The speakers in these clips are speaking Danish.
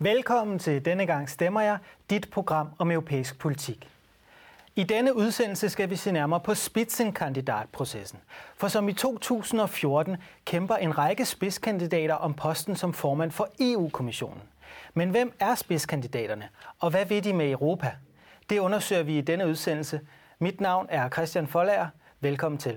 Velkommen til Denne gang stemmer jeg, dit program om europæisk politik. I denne udsendelse skal vi se nærmere på Spitzenkandidatprocessen. For som i 2014 kæmper en række spidskandidater om posten som formand for EU-kommissionen. Men hvem er spidskandidaterne, og hvad vil de med Europa? Det undersøger vi i denne udsendelse. Mit navn er Christian Folager. Velkommen til.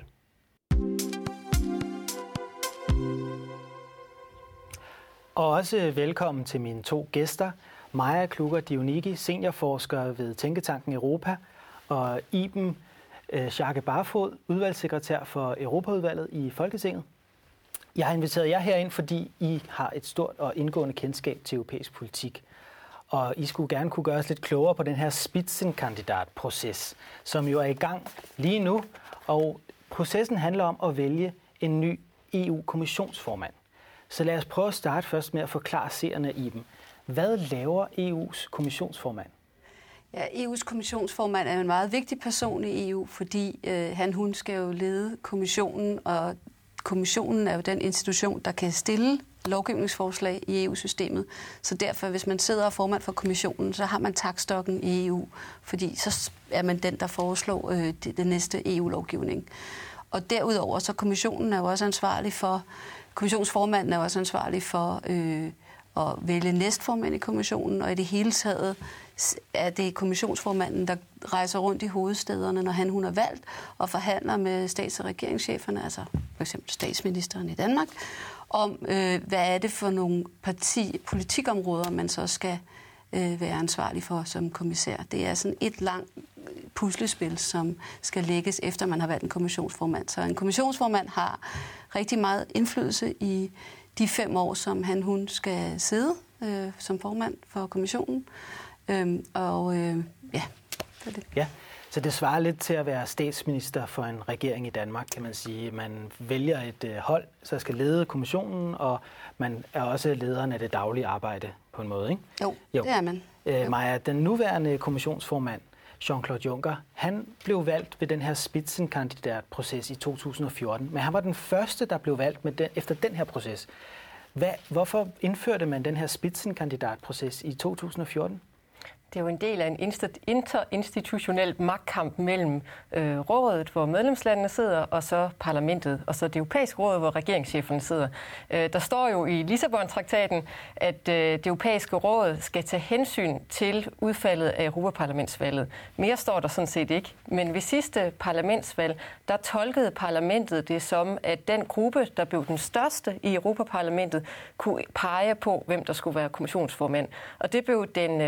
Og også velkommen til mine to gæster, Maja Kluger-Dionigi, seniorforsker ved Tænketanken Europa, og Iben Schaake Barfod, udvalgssekretær for Europaudvalget i Folketinget. Jeg har inviteret jer herind, fordi I har et stort og indgående kendskab til europæisk politik. Og I skulle gerne kunne gøre os lidt klogere på den her Spitzenkandidatproces, som jo er i gang lige nu. Og processen handler om at vælge en ny EU-kommissionsformand. Så lad os prøve at starte først med at forklare seerne i dem. Hvad laver EU's kommissionsformand? Ja, EU's kommissionsformand er en meget vigtig person i EU, fordi hun skal jo lede kommissionen, og kommissionen er jo den institution, der kan stille lovgivningsforslag i EU-systemet. Så derfor, hvis man sidder og formand for kommissionen, så har man taktstokken i EU, fordi så er man den, der foreslår det næste EU-lovgivning. Og derudover, så kommissionen er jo også ansvarlig for, kommissionsformanden er også ansvarlig for at vælge næstformand i kommissionen, og i det hele taget er det kommissionsformanden, der rejser rundt i hovedstæderne, når hun er valgt, og forhandler med stats- og regeringscheferne, altså for eksempel statsministeren i Danmark, om hvad er det for nogle politikområder, man så skal være ansvarlig for som kommissær. Det er sådan et langt puslespil, som skal lægges efter man har valgt en kommissionsformand. Så en kommissionsformand har rigtig meget indflydelse i de 5 år, som hun skal sidde som formand for kommissionen. Ja, så det svarer lidt til at være statsminister for en regering i Danmark, kan man sige. Man vælger et hold, så skal lede kommissionen, og man er også lederen af det daglige arbejde på en måde, ikke? Jo. Det er man. Maja, den nuværende kommissionsformand, Jean-Claude Juncker, han blev valgt ved den her Spitzenkandidatproces i 2014, men han var den første, der blev valgt efter den her proces. Hvorfor indførte man den her Spitzenkandidatproces i 2014? Det er jo en del af en interinstitutionel magtkamp mellem rådet, hvor medlemslandene sidder, og så parlamentet, og så det europæiske råd, hvor regeringscheferne sidder. Der står jo i Lissabon-traktaten, at det europæiske råd skal tage hensyn til udfaldet af Europaparlamentsvalget. Mere står der sådan set ikke. Men ved sidste parlamentsvalg, der tolkede parlamentet det som, at den gruppe, der blev den største i Europaparlamentet, kunne pege på, hvem der skulle være kommissionsformand. Og det blev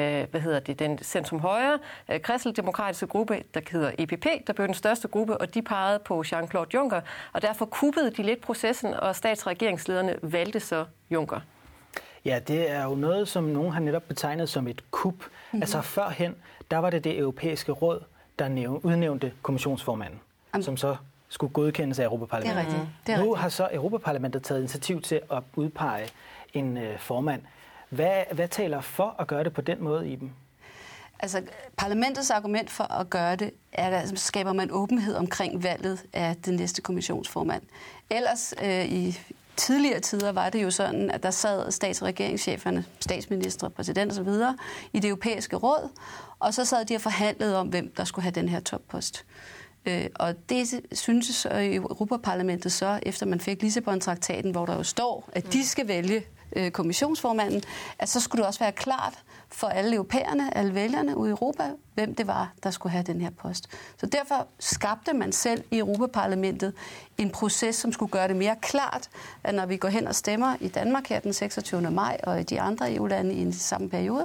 den centrum-højre kristeligt-demokratiske gruppe, der hedder EPP, der blev den største gruppe, og de pegede på Jean-Claude Juncker, og derfor kuppede de lidt processen, og stats- og regeringslederne valgte så Juncker. Ja, det er jo noget, som nogen har netop betegnet som et kup. Mm-hmm. Altså førhen, der var det europæiske råd, der udnævnte kommissionsformanden, som så skulle godkendes af Europaparlamentet. Det er rigtigt. Det er nu har så Europaparlamentet taget initiativ til at udpege en formand. Hvad taler for at gøre det på den måde, Iben? Altså, parlamentets argument for at gøre det, er, at skaber man åbenhed omkring valget af den næste kommissionsformand. Ellers i tidligere tider var det jo sådan, at der sad stats- og regeringscheferne, statsminister, præsident osv. i det europæiske råd, og så sad de og forhandlede om, hvem der skulle have den her toppost. Og det synes i Europaparlamentet så, efter man fik Lissabon-traktaten, hvor der jo står, at de skal vælge kommissionsformanden, at så skulle det også være klart for alle europæerne, alle vælgerne ude i Europa, hvem det var, der skulle have den her post. Så derfor skabte man selv i Europaparlamentet en proces, som skulle gøre det mere klart, at når vi går hen og stemmer i Danmark her den 26. maj, og i de andre EU-lande i den samme periode,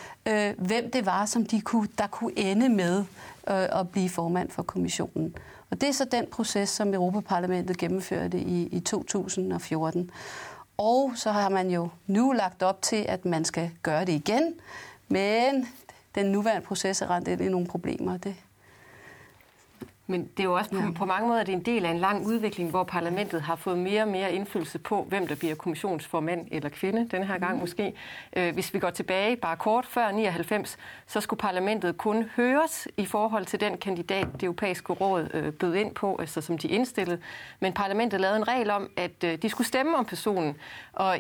hvem det var, som der kunne ende med at blive formand for kommissionen. Og det er så den proces, som Europaparlamentet gennemførte i 2014. Og så har man jo nu lagt op til, at man skal gøre det igen, men den nuværende proces er rendt ind i nogle problemer. Men det er jo også på mange måder det er en del af en lang udvikling, hvor parlamentet har fået mere og mere indflydelse på, hvem der bliver kommissionsformand eller kvinde denne her gang måske. Hvis vi går tilbage bare kort før 99, så skulle parlamentet kun høres i forhold til den kandidat, det europæiske råd bød ind på, altså som de indstillede. Men parlamentet lavede en regel om, at de skulle stemme om personen. Og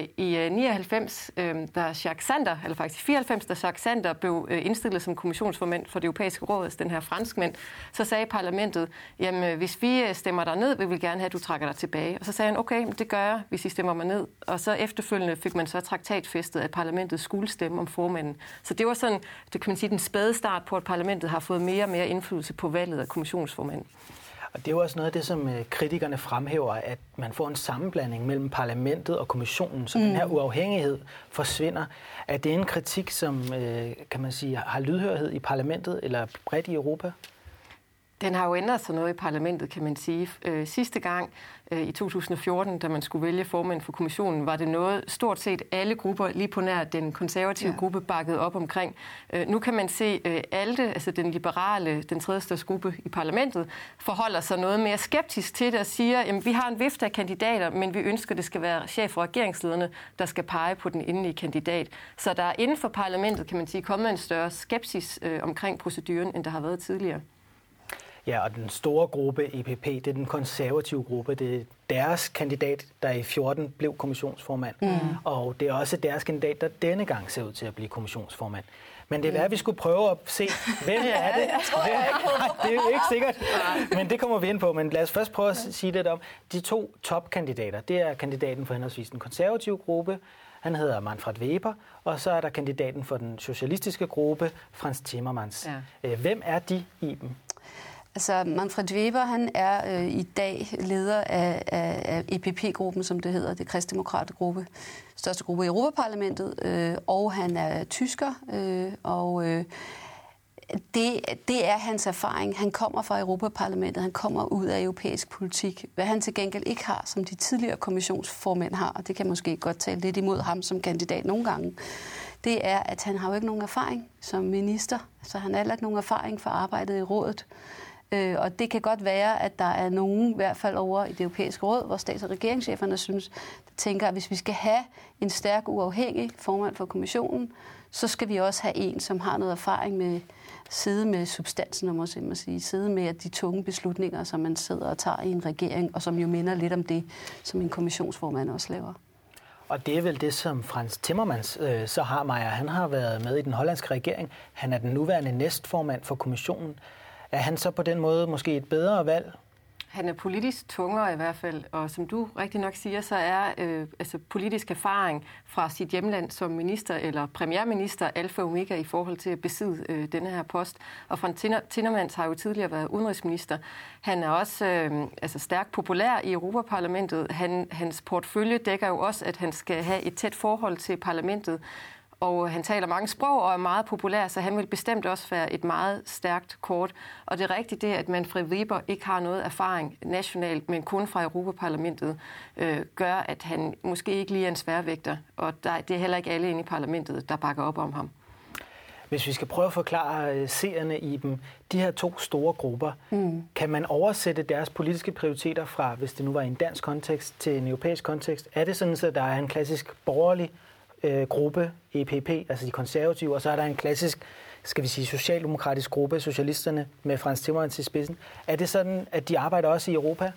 i 99, da Jacques Santer, eller faktisk 94, da Jacques Santer blev indstillet som kommissionsformand for det europæiske råd, altså den her franskmand, så sagde parlamentet, jamen hvis vi stemmer dig ned, vil vi gerne have, at du trækker dig tilbage. Og så sagde han, okay, det gør jeg, hvis I stemmer mig ned. Og så efterfølgende fik man så traktatfæstet, at parlamentet skulle stemme om formanden. Så det var sådan, det kan man sige, den spæde start på, at parlamentet har fået mere og mere indflydelse på valget af kommissionsformand. Og det er jo også noget af det, som kritikerne fremhæver, at man får en sammenblanding mellem parlamentet og kommissionen, så den her uafhængighed forsvinder. Er det en kritik, som kan man sige, har lydhørhed i parlamentet eller bredt i Europa? Den har jo ændret sig noget i parlamentet, kan man sige. Sidste gang i 2014, da man skulle vælge formand for kommissionen, var det noget, stort set alle grupper, lige på nær den konservative gruppe, bakkede op omkring. Nu kan man se, ALDE, altså den liberale, den tredje største gruppe i parlamentet, forholder sig noget mere skeptisk til det og siger, at vi har en vifte af kandidater, men vi ønsker, at det skal være chef- og regeringslederne, der skal pege på den endelige kandidat. Så der er inden for parlamentet, kan man sige, kommet en større skepsis omkring proceduren, end der har været tidligere. Ja, og den store gruppe, EPP, det er den konservative gruppe. Det er deres kandidat, der i 14 blev kommissionsformand. Og det er også deres kandidat, der denne gang ser ud til at blive kommissionsformand. Men det er værd, at vi skulle prøve at se, hvem er det? Det er jo ikke sikkert, men det kommer vi ind på. Men lad os først prøve at sige lidt om de to topkandidater. Det er kandidaten for henholdsvis den konservative gruppe, han hedder Manfred Weber, og så er der kandidaten for den socialistiske gruppe, Frans Timmermans. Ja. Hvem er de, Iben? Altså, Manfred Weber, han er i dag leder af EPP-gruppen, som det hedder, det kristdemokratiske gruppe, største gruppe i Europaparlamentet, og han er tysker, og det er hans erfaring. Han kommer fra Europaparlamentet, han kommer ud af europæisk politik. Hvad han til gengæld ikke har, som de tidligere kommissionsformænd har, og det kan måske godt tale lidt imod ham som kandidat nogle gange, det er, at han har jo ikke nogen erfaring som minister, så han har heller ikke nogen erfaring for arbejdet i rådet. Og det kan godt være, at der er nogen, i hvert fald over i det europæiske råd, hvor stats- og regeringscheferne tænker, at hvis vi skal have en stærk, uafhængig formand for kommissionen, så skal vi også have en, som har noget erfaring med sidde med substansen, om man sige, sidde med de tunge beslutninger, som man sidder og tager i en regering, og som jo minder lidt om det, som en kommissionsformand også laver. Og det er vel det, som Frans Timmermans så har, Maja. Han har været med i den hollandske regering. Han er den nuværende næstformand for kommissionen. Er han så på den måde måske et bedre valg? Han er politisk tungere i hvert fald, og som du rigtig nok siger, så er politisk erfaring fra sit hjemland som minister eller premierminister alfa og omega i forhold til at besidde denne her post. Og Frans Timmermans har jo tidligere været udenrigsminister. Han er også stærkt populær i Europaparlamentet. Hans portefølje dækker jo også, at han skal have et tæt forhold til parlamentet. Og han taler mange sprog og er meget populær, så han vil bestemt også være et meget stærkt kort. Og det er rigtigt det, at Manfred Weber ikke har noget erfaring nationalt, men kun fra Europaparlamentet, gør, at han måske ikke lige er en sværvægter. Og det er heller ikke alle inde i parlamentet, der bakker op om ham. Hvis vi skal prøve at forklare seerne i dem, de her to store grupper, kan man oversætte deres politiske prioriteter fra, hvis det nu var i en dansk kontekst, til en europæisk kontekst? Er det sådan, at der er en klassisk borgerlig gruppe, EPP, altså de konservative, og så er der en klassisk, skal vi sige, socialdemokratisk gruppe, socialisterne, med Frans Timmermans i spidsen. Er det sådan, at de arbejder også i Europa?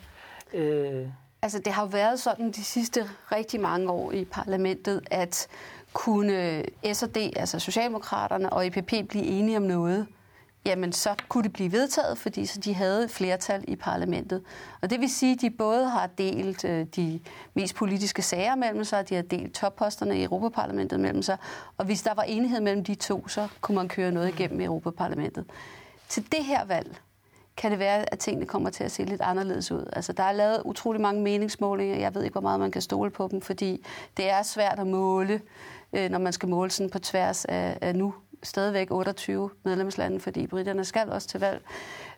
Altså, det har jo været sådan de sidste rigtig mange år i parlamentet, at kunne S&D, altså Socialdemokraterne og EPP, blive enige om noget, jamen så kunne det blive vedtaget, fordi så de havde flertal i parlamentet. Og det vil sige, at de både har delt de mest politiske sager mellem sig, og de har delt topposterne i Europaparlamentet mellem sig. Og hvis der var enighed mellem de to, så kunne man køre noget igennem i Europaparlamentet. Til det her valg kan det være, at tingene kommer til at se lidt anderledes ud. Altså, der er lavet utrolig mange meningsmålinger. Jeg ved ikke, hvor meget man kan stole på dem, fordi det er svært at måle, når man skal måle sådan på tværs af nu stadigvæk 28 medlemslande, fordi briterne skal også til valg.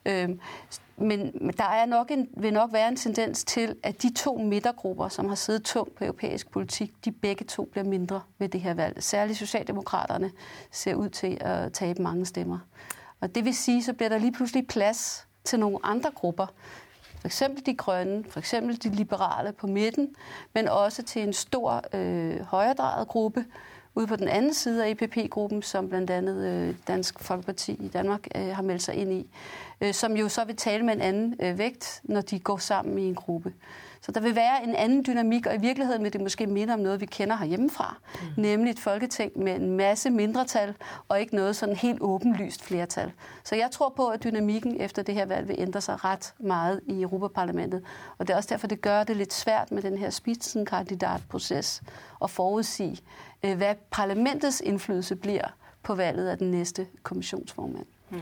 Men der er vil nok være en tendens til, at de to midtergrupper, som har siddet tungt på europæisk politik, de begge to bliver mindre ved det her valg. Særligt Socialdemokraterne ser ud til at tabe mange stemmer. Og det vil sige, så bliver der lige pludselig plads til nogle andre grupper. For eksempel de grønne, for eksempel de liberale på midten, men også til en stor højredrejet gruppe ude på den anden side af EPP-gruppen, som blandt andet Dansk Folkeparti i Danmark har meldt sig ind i, som jo så vil tale med en anden vægt, når de går sammen i en gruppe. Så der vil være en anden dynamik, og i virkeligheden vil det måske minde om noget, vi kender herhjemmefra, nemlig et folketing med en masse mindretal, og ikke noget sådan helt åbenlyst flertal. Så jeg tror på, at dynamikken efter det her valg vil ændre sig ret meget i Europaparlamentet, og det er også derfor, det gør det lidt svært med den her spidsenkandidatproces at forudsige, hvad parlamentets indflydelse bliver på valget af den næste kommissionsformand.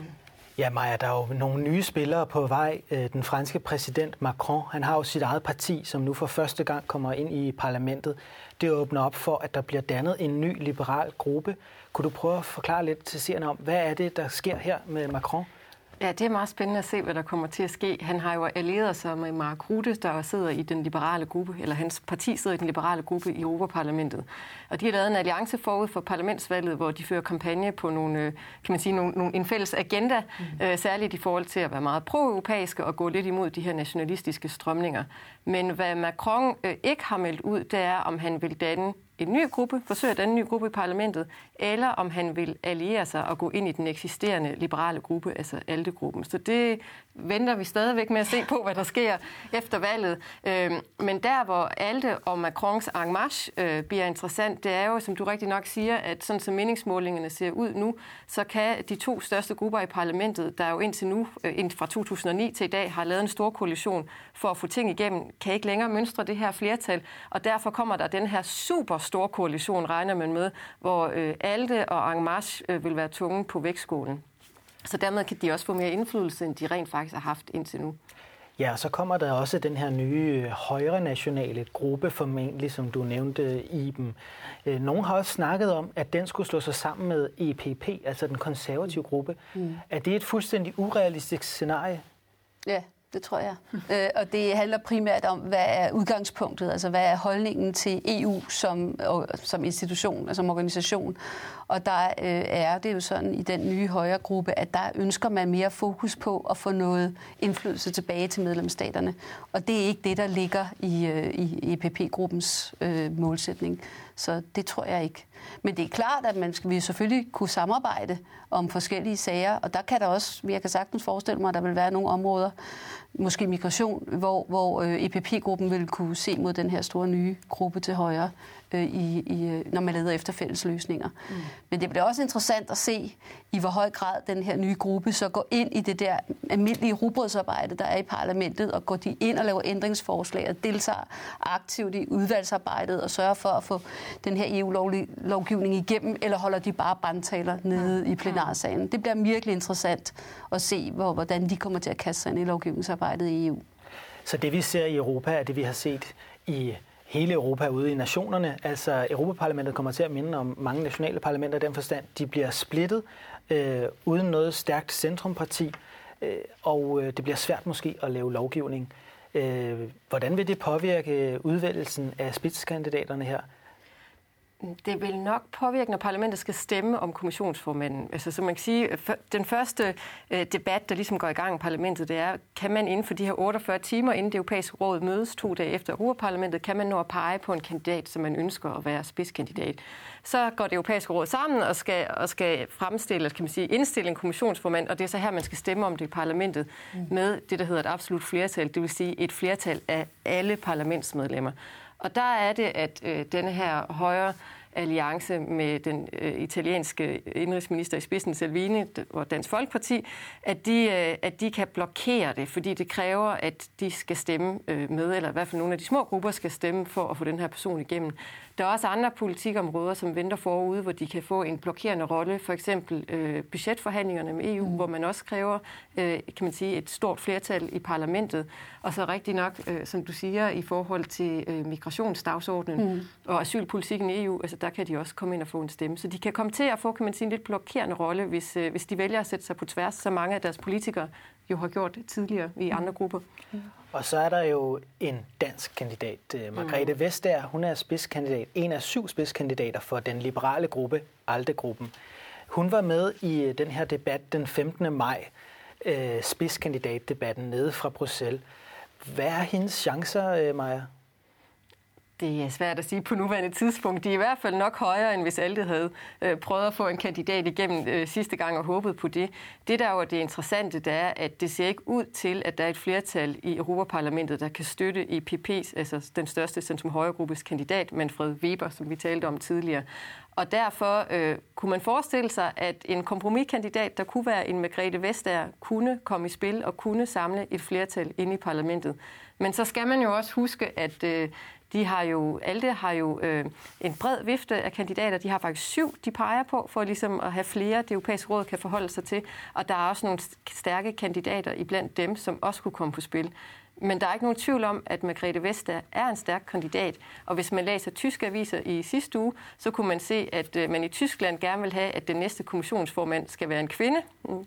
Ja, Maja, der er jo nogle nye spillere på vej. Den franske præsident Macron, han har jo sit eget parti, som nu for første gang kommer ind i parlamentet. Det åbner op for, at der bliver dannet en ny liberal gruppe. Kunne du prøve at forklare lidt til seerne om, hvad er det, der sker her med Macron? Ja, det er meget spændende at se, hvad der kommer til at ske. Han har jo allieret sig med Mark Rutte, der sidder i den liberale gruppe, eller hans parti sidder i den liberale gruppe i Europaparlamentet. Og de har lavet en alliance forud for parlamentsvalget, hvor de fører kampagne på nogle, kan man sige, en fælles agenda, særligt i forhold til at være meget pro-europæiske og gå lidt imod de her nationalistiske strømninger. Men hvad Macron ikke har meldt ud, det er, om han vil danne en ny gruppe, forsøge at danne en ny gruppe i parlamentet, eller om han vil alliere sig og gå ind i den eksisterende liberale gruppe, altså ALDE-gruppen. Så det venter vi stadigvæk med at se på, hvad der sker efter valget. Men der, hvor ALDE og Macrons en marche bliver interessant, det er jo, som du rigtig nok siger, at sådan som meningsmålingerne ser ud nu, så kan de to største grupper i parlamentet, der jo indtil nu, fra 2009 til i dag, har lavet en stor koalition for at få ting igennem, kan ikke længere mønstre det her flertal, og derfor kommer der den her super stor koalition, regner man med, hvor ALDE og En Marche vil være tunge på vægtskålen. Så dermed kan de også få mere indflydelse, end de rent faktisk har haft indtil nu. Ja, og så kommer der også den her nye højre-nationale gruppe, formentlig, som du nævnte, Iben. Nogen har også snakket om, at den skulle slå sig sammen med EPP, altså den konservative gruppe. Er det et fuldstændig urealistisk scenarie? Ja, det tror jeg. Og det handler primært om, hvad er udgangspunktet, altså hvad er holdningen til EU som institution, altså som organisation. Og der er det jo sådan i den nye højre gruppe, at der ønsker man mere fokus på at få noget indflydelse tilbage til medlemsstaterne. Og det er ikke det, der ligger i EPP-gruppens målsætning. Så det tror jeg ikke. Men det er klart, at man vil selvfølgelig kunne samarbejde om forskellige sager, og der kan der også, jeg kan sagtens forestille mig, at der vil være nogle områder, måske migration, hvor EPP-gruppen vil kunne se mod den her store nye gruppe til højre, når man leder efter fælles løsninger. Men det bliver også interessant at se, i hvor høj grad den her nye gruppe så går ind i det der almindelige rugbrødsarbejde, der er i parlamentet, og går de ind og laver ændringsforslag og deltager aktivt i udvalgsarbejdet og sørger for at få den her EU-lovgivning igennem, eller holder de bare brandtaler nede i plenarsalen. Det bliver virkelig interessant at se, hvordan de kommer til at kaste sig ind i lovgivningsarbejdet i EU. Så det vi ser i Europa er det vi har set i hele Europa ude i nationerne. Altså Europaparlamentet kommer til at minde om mange nationale parlamenter i den forstand. De bliver splittet uden noget stærkt centrumparti, og det bliver svært måske at lave lovgivning. Hvordan vil det påvirke udvælgelsen af spidskandidaterne her? Det vil nok påvirke, når parlamentet skal stemme om kommissionsformanden. Altså, så man kan sige, den første debat, der ligesom går i gang i parlamentet, det er, kan man inden for de her 48 timer, inden det europæiske råd mødes 2 dage efter Europaparlamentet, kan man nå at pege på en kandidat, som man ønsker at være spidskandidat. Så går det europæiske råd sammen og skal fremstille, kan man sige, indstille en kommissionsformand, og det er så her, man skal stemme om det i parlamentet med det, der hedder et absolut flertal, det vil sige et flertal af alle parlamentsmedlemmer. Og der er det, at denne her højre alliance med den italienske indrigsminister i spidsen, Salvini og Dansk Folkeparti, at de kan blokere det, fordi det kræver, at de skal stemme med, eller i hvert fald nogle af de små grupper skal stemme for at få den her person igennem. Der er også andre politikområder, som venter forude, hvor de kan få en blokerende rolle, for eksempel budgetforhandlingerne med EU, hvor man også kræver, kan man sige, et stort flertal i parlamentet, og så rigtig nok, som du siger, i forhold til migrationsdagsordenen og asylpolitikken i EU, altså der kan de også komme ind og få en stemme. Så de kan komme til at få, kan man sige, en lidt blokerende rolle, hvis de vælger at sætte sig på tværs, så mange af deres politikere jo har gjort tidligere i andre grupper. Og så er der jo en dansk kandidat, Margrethe Vestager. Hun er spidskandidat, en af 7 spidskandidater for den liberale gruppe, ALDE-gruppen. Hun var med i den her debat den 15. maj. spidskandidatdebatten nede fra Bruxelles. Hvad er hendes chancer, Maja? Det er svært at sige på nuværende tidspunkt. De er i hvert fald nok højere, end hvis alle havde prøvet at få en kandidat igennem sidste gang og håbet på det. Det, der jo er det interessante, det er, at det ser ikke ud til, at der er et flertal i Europaparlamentet, der kan støtte EPP's, altså den største centrum-højre-gruppes kandidat, Manfred Weber, som vi talte om tidligere. Og derfor kunne man forestille sig, at en kompromiskandidat, der kunne være en Margrethe Vestager, kunne komme i spil og kunne samle et flertal inde i parlamentet. Men så skal man jo også huske, at ALDE har jo en bred vifte af kandidater. De har faktisk 7, de peger på, for ligesom at have flere, det europæiske råd kan forholde sig til. Og der er også nogle stærke kandidater iblandt dem, som også kunne komme på spil. Men der er ikke nogen tvivl om, at Margrethe Vestager er en stærk kandidat. Og hvis man læser tyske aviser i sidste uge, så kunne man se, at man i Tyskland gerne vil have, at den næste kommissionsformand skal være en kvinde.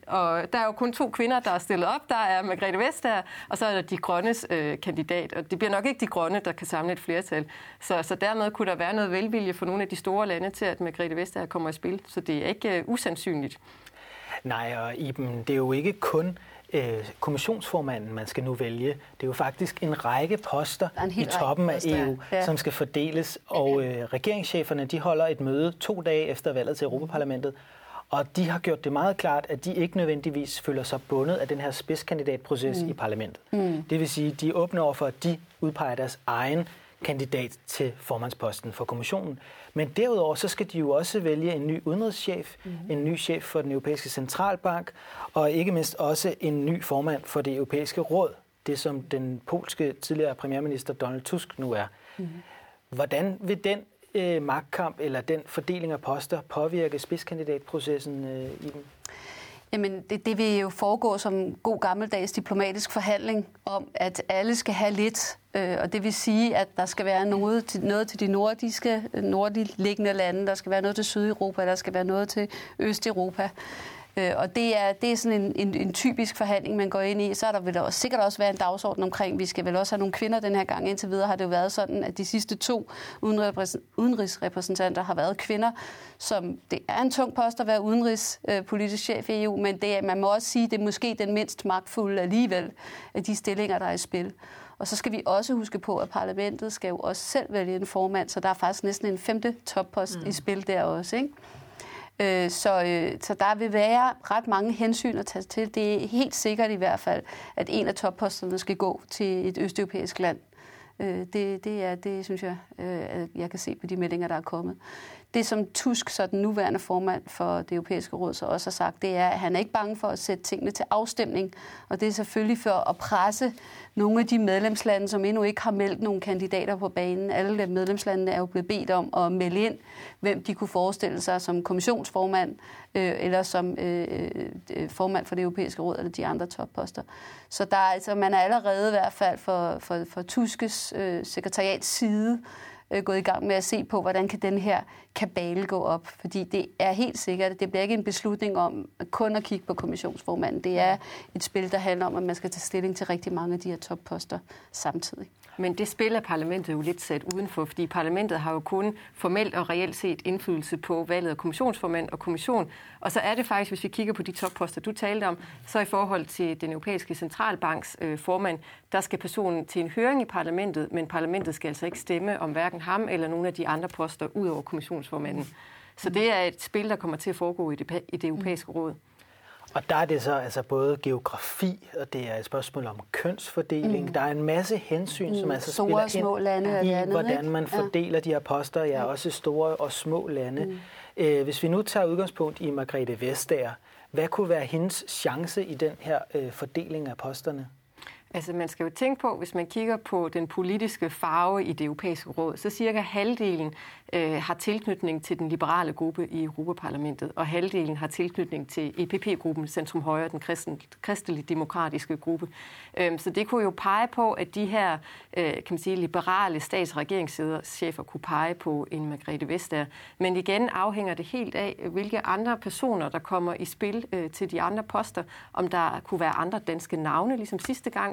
Og der er jo kun 2 kvinder, der er stillet op. Der er Margrethe Vestager, og så er der de grønnes kandidat. Og det bliver nok ikke de grønne, der kan samle et flertal. Så dermed kunne der være noget velvilje for nogle af de store lande til, at Margrethe Vestager kommer i spil. Så det er ikke usandsynligt. Nej, og Iben, det er jo ikke kun kommissionsformanden, man skal nu vælge. Det er jo faktisk en række poster i toppen af EU, som skal fordeles. Og regeringscheferne, de holder et møde 2 dage efter valget til Europaparlamentet. Og de har gjort det meget klart, at de ikke nødvendigvis føler sig bundet af den her spidskandidatproces i parlamentet. Det vil sige, at de er åbne over for, at de udpeger deres egen kandidat til formandsposten for kommissionen. Men derudover så skal de jo også vælge en ny udenrigschef, en ny chef for den europæiske centralbank, og ikke mindst også en ny formand for det europæiske råd, det som den polske tidligere premierminister Donald Tusk nu er. Hvordan vil den magtkamp eller den fordeling af poster påvirke spidskandidatprocessen i den? Jamen, det vil jo foregå som god gammeldags diplomatisk forhandling om, at alle skal have lidt. Og det vil sige, at der skal være noget til de nordliggende lande, der skal være noget til Sydeuropa, der skal være noget til Østeuropa. Og det er sådan en typisk forhandling, man går ind i. Så vil der også, sikkert også være en dagsorden omkring, vi skal vel også have nogle kvinder den her gang. Indtil videre har det jo været sådan, at de sidste 2 udenrigsrepræsentanter har været kvinder, som det er en tung post at være udenrigspolitisk chef i EU, men man må også sige, at det er måske den mindst magtfulde alligevel af de stillinger, der er i spil. Og så skal vi også huske på, at parlamentet skal jo også selv vælge en formand, så der er faktisk næsten en 5. toppost i spil der også, ikke? Så der vil være ret mange hensyn at tage til. Det er helt sikkert i hvert fald, at en af topposterne skal gå til et østeuropæisk land. Det synes jeg, jeg kan se på de meldinger, der er kommet. Det, som Tusk, så den nuværende formand for det europæiske råd, så også har sagt, det er, at han er ikke bange for at sætte tingene til afstemning. Og det er selvfølgelig for at presse nogle af de medlemslande, som endnu ikke har meldt nogle kandidater på banen. Alle medlemslandene er jo blevet bedt om at melde ind, hvem de kunne forestille sig som kommissionsformand eller som formand for det europæiske råd eller de andre topposter. Så man er allerede i hvert fald for Tuskes sekretariats side gået i gang med at se på, hvordan kan den her kabale gå op. Fordi det er helt sikkert, at det bliver ikke en beslutning om kun at kigge på kommissionsformanden. Det er et spil, der handler om, at man skal tage stilling til rigtig mange af de her topposter samtidig. Men det spil er parlamentet jo lidt sat udenfor, fordi parlamentet har jo kun formelt og reelt set indflydelse på valget af kommissionsformand og kommission. Og så er det faktisk, hvis vi kigger på de topposter, du talte om, så i forhold til den europæiske centralbanks formand, der skal personen til en høring i parlamentet, men parlamentet skal altså ikke stemme om hverken ham eller nogle af de andre poster ud over kommissionsformanden. Så det er et spil, der kommer til at foregå i det europæiske råd. Og der er det så altså både geografi, og det er et spørgsmål om kønsfordeling. Der er en masse hensyn, som altså store og små lande i, hvordan man fordeler de her poster. Også store og små lande. Hvis vi nu tager udgangspunkt i Margrethe Vestager, hvad kunne være hendes chance i den her fordeling af posterne? Altså man skal jo tænke på, hvis man kigger på den politiske farve i det europæiske råd, så cirka halvdelen har tilknytning til den liberale gruppe i Europaparlamentet, og halvdelen har tilknytning til EPP-gruppen, Centrum Højre, den kristeligt demokratiske gruppe. Så det kunne jo pege på, at de her kan man sige, liberale stats- og regeringschefer kunne pege på en Margrethe Vestager. Men igen afhænger det helt af, hvilke andre personer, der kommer i spil til de andre poster, om der kunne være andre danske navne, ligesom sidste gang,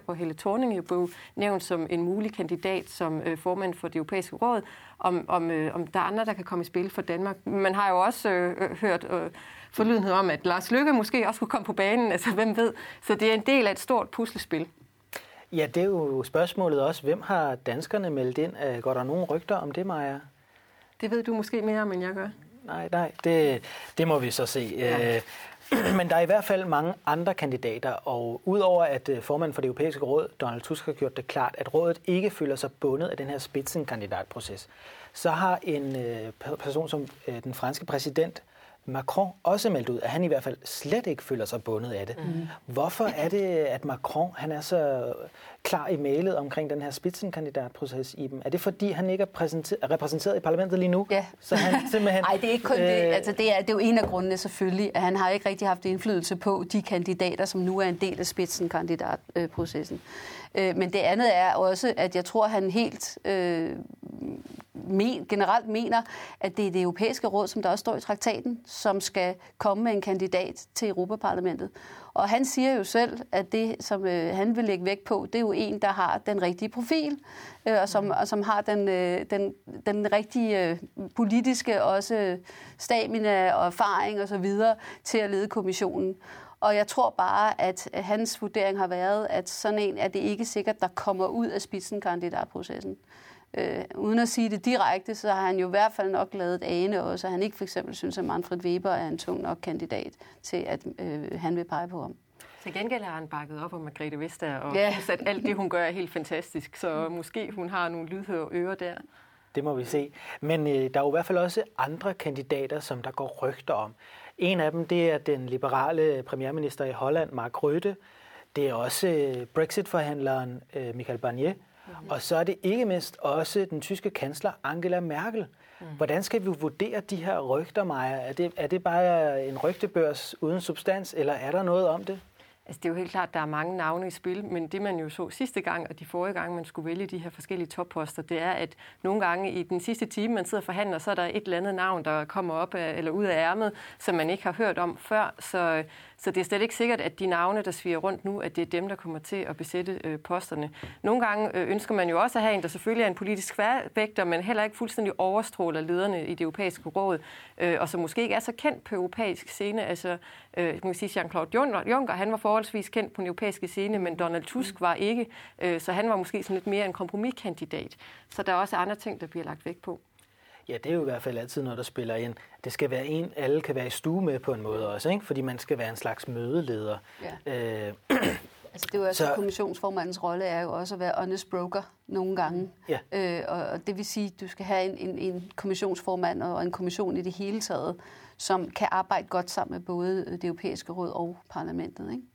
hvor Helle Thorning jo blev nævnt som en mulig kandidat som formand for det europæiske råd, om der er andre, der kan komme i spil for Danmark. Man har jo også hørt forlydenhed om, at Lars Løkke måske også kunne komme på banen, altså hvem ved. Så det er en del af et stort puslespil. Ja, det er jo spørgsmålet også. Hvem har danskerne meldt ind? Går der nogen rygter om det, Maja? Det ved du måske mere om, end jeg gør. Nej, det må vi så se. Ja. Men der er i hvert fald mange andre kandidater, og udover at formanden for det europæiske råd, Donald Tusk, har gjort det klart, at rådet ikke føler sig bundet af den her spidsenkandidatproces, så har en person som den franske præsident Macron også meldt ud, at han i hvert fald slet ikke føler sig bundet af det. Hvorfor er det, at Macron han er så klar i mailet omkring den her spidsenkandidatproces i dem? Er det fordi, han ikke er repræsenteret i parlamentet lige nu? Ja. Så han simpelthen... Nej, det er ikke kun det. Altså, det er jo en af grundene selvfølgelig, at han har ikke rigtig haft indflydelse på de kandidater, som nu er en del af spidsenkandidatprocessen. Men det andet er også, at jeg tror, han helt generelt mener, at det er det europæiske råd, som der også står i traktaten, som skal komme med en kandidat til Europaparlamentet. Og han siger jo selv, at det, som han vil lægge vægt på, det er jo en, der har den rigtige profil, og som har den rigtige politiske også stamina og erfaring og så videre til at lede kommissionen. Og jeg tror bare, at hans vurdering har været, at sådan en er det ikke sikkert, der kommer ud af spidsenkandidatprocessen. Uden at sige det direkte, så har han jo i hvert fald nok lavet et ane også, at han ikke for eksempel synes, at Manfred Weber er en tung nok kandidat til, at han vil pege på ham. Til gengæld har han bakket op om Margrethe Vestager, og synes, at alt det, hun gør, er helt fantastisk. Så måske hun har nogle lydhøre ører der. Det må vi se. Men der er jo i hvert fald også andre kandidater, som der går rygter om. En af dem, det er den liberale premierminister i Holland, Mark Rutte. Det er også Brexit-forhandleren Michael Barnier. Og så er det ikke mindst også den tyske kansler Angela Merkel. Hvordan skal vi vurdere de her rygter, Maja? Er det bare en rygtebørs uden substans, eller er der noget om det? Altså, det er jo helt klart, at der er mange navne i spil, men det man jo så sidste gang, og de forrige gange, man skulle vælge de her forskellige topposter, det er, at nogle gange i den sidste time, man sidder og forhandler, så er der et eller andet navn, der kommer op eller ud af ærmet, som man ikke har hørt om før. Så det er slet ikke sikkert, at de navne, der sviger rundt nu, at det er dem, der kommer til at besætte posterne. Nogle gange ønsker man jo også at have en, der selvfølgelig er en politisk vægter, men heller ikke fuldstændig overstråler lederne i det europæiske råd, og som måske ikke er så kendt på europæisk scene. Altså, man kan sige, Jean-Claude Juncker, han var forholdsvis kendt på den europæiske scene, men Donald Tusk var ikke, så han var måske sådan lidt mere en kompromiskandidat. Så der er også andre ting, der bliver lagt vægt på. Ja, det er jo i hvert fald altid noget, der spiller ind. Det skal være en, alle kan være i stue med på en måde også, ikke? Fordi man skal være en slags mødeleder. Ja. Altså det er jo altså, kommissionsformandens rolle er jo også at være honest broker nogle gange. Ja. Og det vil sige, at du skal have en kommissionsformand og en kommission i det hele taget, som kan arbejde godt sammen med både det europæiske råd og parlamentet, ikke?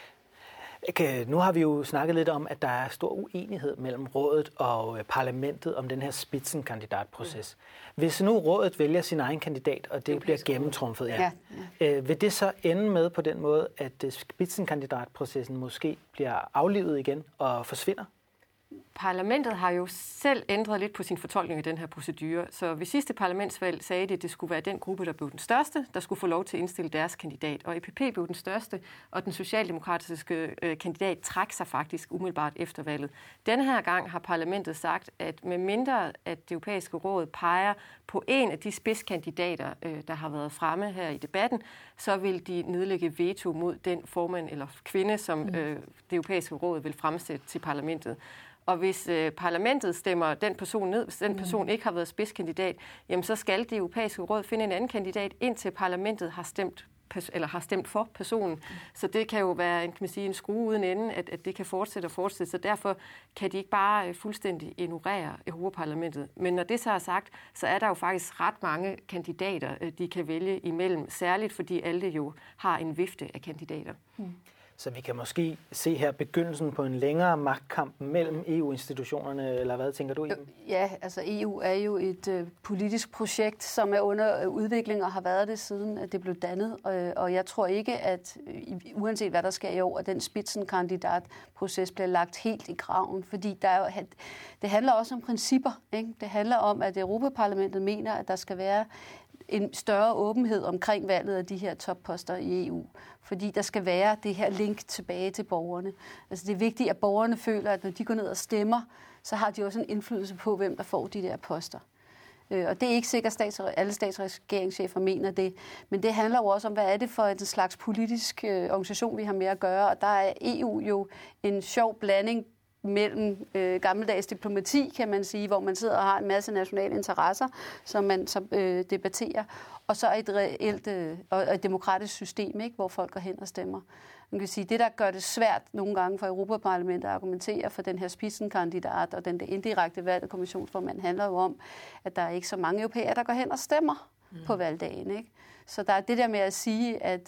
Okay, nu har vi jo snakket lidt om, at der er stor uenighed mellem rådet og parlamentet om den her spidsenkandidatproces. Hvis nu rådet vælger sin egen kandidat, og det bliver gennemtrumfet, vil det så ende med på den måde, at spidsenkandidatprocessen måske bliver aflivet igen og forsvinder? Parlamentet har jo selv ændret lidt på sin fortolkning af den her procedure. Så ved sidste parlamentsvalg sagde de, at det skulle være den gruppe, der blev den største, der skulle få lov til at indstille deres kandidat. Og EPP blev den største, og den socialdemokratiske kandidat trak sig faktisk umiddelbart efter valget. Denne her gang har parlamentet sagt, at med mindre at det europæiske råd peger på en af de spidskandidater, der har været fremme her i debatten, så vil de nedlægge veto mod den formand eller kvinde, som det europæiske råd vil fremsætte til parlamentet. Og hvis parlamentet stemmer den person ned, hvis den person ikke har været spidskandidat, jamen så skal det europæiske råd finde en anden kandidat, indtil parlamentet har stemt for personen. Så det kan jo være en skrue uden ende, at det kan fortsætte. Så derfor kan de ikke bare fuldstændig ignorere Europaparlamentet. Men når det så er sagt, så er der jo faktisk ret mange kandidater, de kan vælge imellem, særligt fordi alle jo har en vifte af kandidater. Så vi kan måske se her begyndelsen på en længere magtkamp mellem EU-institutionerne, eller hvad tænker du, Iben? Ja, altså EU er jo et politisk projekt, som er under udvikling og har været det siden, at det blev dannet. Og jeg tror ikke, at uanset hvad der sker i år, at den spidsenkandidatproces bliver lagt helt i graven, fordi det handler også om principper, ikke? Det handler om, at Europaparlamentet mener, at der skal være en større åbenhed omkring valget af de her topposter i EU. Fordi der skal være det her link tilbage til borgerne. Altså det er vigtigt, at borgerne føler, at når de går ned og stemmer, så har de også en indflydelse på, hvem der får de der poster. Og det er ikke sikkert, at alle stats- og regeringschefer mener det. Men det handler jo også om, hvad er det for en slags politisk organisation, vi har med at gøre. Og der er EU jo en sjov blanding mellem gammeldags diplomati, kan man sige, hvor man sidder og har en masse nationale interesser, som man debatterer, og så et reelt og et demokratisk system, ikke, hvor folk går hen og stemmer. Man kan sige, det, der gør det svært nogle gange for Europaparlamentet at argumentere for den her spidsenkandidat og den der indirekte valgte kommissionsformand, handler jo om, at der er ikke så mange europæere, der går hen og stemmer på valgdagen. Ikke? Så der er det der med at sige, at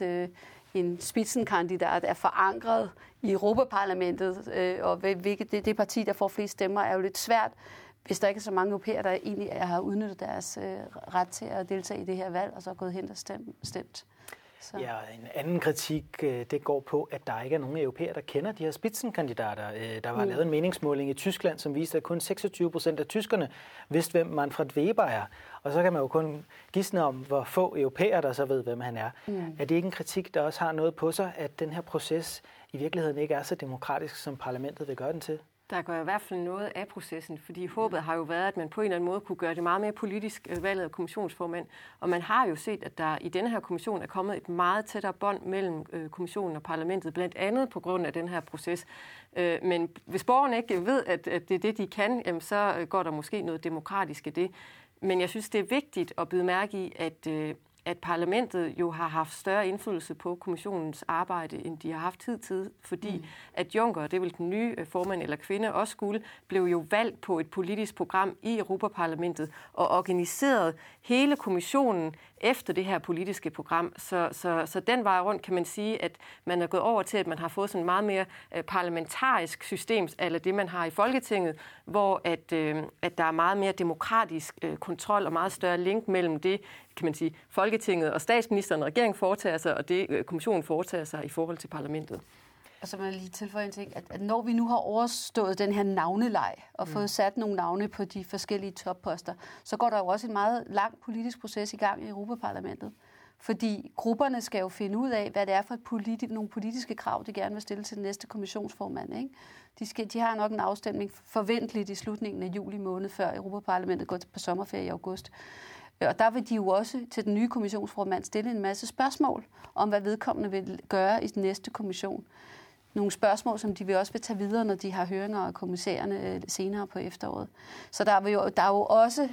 en spidsenkandidat er forankret i Europaparlamentet, og hvilket det parti, der får flest stemmer, er jo lidt svært, hvis der ikke er så mange europæere, der egentlig har udnyttet deres ret til at deltage i det her valg, og så er gået hen og stemt. Så. Ja, en anden kritik, det går på, at der ikke er nogen europæere, der kender de her spidsenkandidater. Der var lavet en meningsmåling i Tyskland, som viste, at kun 26% af tyskerne vidste, hvem Manfred Weber er. Og så kan man jo kun gisne om, hvor få europæere, der så ved, hvem han er. Er det ikke en kritik, der også har noget på sig, at den her proces i virkeligheden ikke er så demokratisk, som parlamentet vil gøre den til? Der går i hvert fald noget af processen, fordi håbet har jo været, at man på en eller anden måde kunne gøre det meget mere politisk valget af kommissionsformand. Og man har jo set, at der i denne her kommission er kommet et meget tættere bånd mellem kommissionen og parlamentet, blandt andet på grund af den her proces. Men hvis borgerne ikke ved, at det er det, de kan, jamen, så går der måske noget demokratisk i det. Men jeg synes, det er vigtigt at bide mærke i, at parlamentet jo har haft større indflydelse på kommissionens arbejde, end de har haft hidtil, fordi at Juncker, det vil den nye formand eller kvinde også skulle, blev jo valgt på et politisk program i Europaparlamentet og organiseret hele kommissionen efter det her politiske program. Så den vej rundt kan man sige, at man er gået over til, at man har fået sådan en meget mere parlamentarisk system, eller det man har i Folketinget, hvor at der er meget mere demokratisk kontrol og meget større link mellem det, kan man sige, Folketinget og statsministeren og regeringen foretager sig, og det kommissionen foretager sig i forhold til parlamentet. Og så må jeg lige tilføje en ting, at når vi nu har overstået den her navneleg og fået sat nogle navne på de forskellige topposter, så går der jo også en meget lang politisk proces i gang i Europaparlamentet. Fordi grupperne skal jo finde ud af, hvad det er for nogle politiske krav, de gerne vil stille til den næste kommissionsformand. Ikke? De har nok en afstemning forventeligt i slutningen af juli måned, før Europaparlamentet går på sommerferie i august. Og der vil de jo også til den nye kommissionsformand stille en masse spørgsmål om, hvad vedkommende vil gøre i den næste kommission. Nogle spørgsmål, som de vil også vil tage videre, når de har høringer af kommissærerne senere på efteråret. Så der er jo også,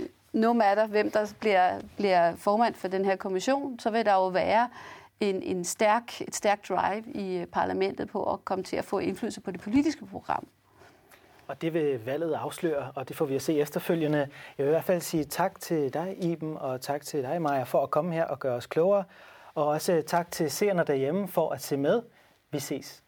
no matter hvem der bliver formand for den her kommission, så vil der jo være et stærk drive i parlamentet på at komme til at få indflydelse på det politiske program. Og det vil valget afsløre, og det får vi at se efterfølgende. Jeg vil i hvert fald sige tak til dig, Iben, og tak til dig, Maja, for at komme her og gøre os klogere. Og også tak til seerne derhjemme for at se med. Vi ses.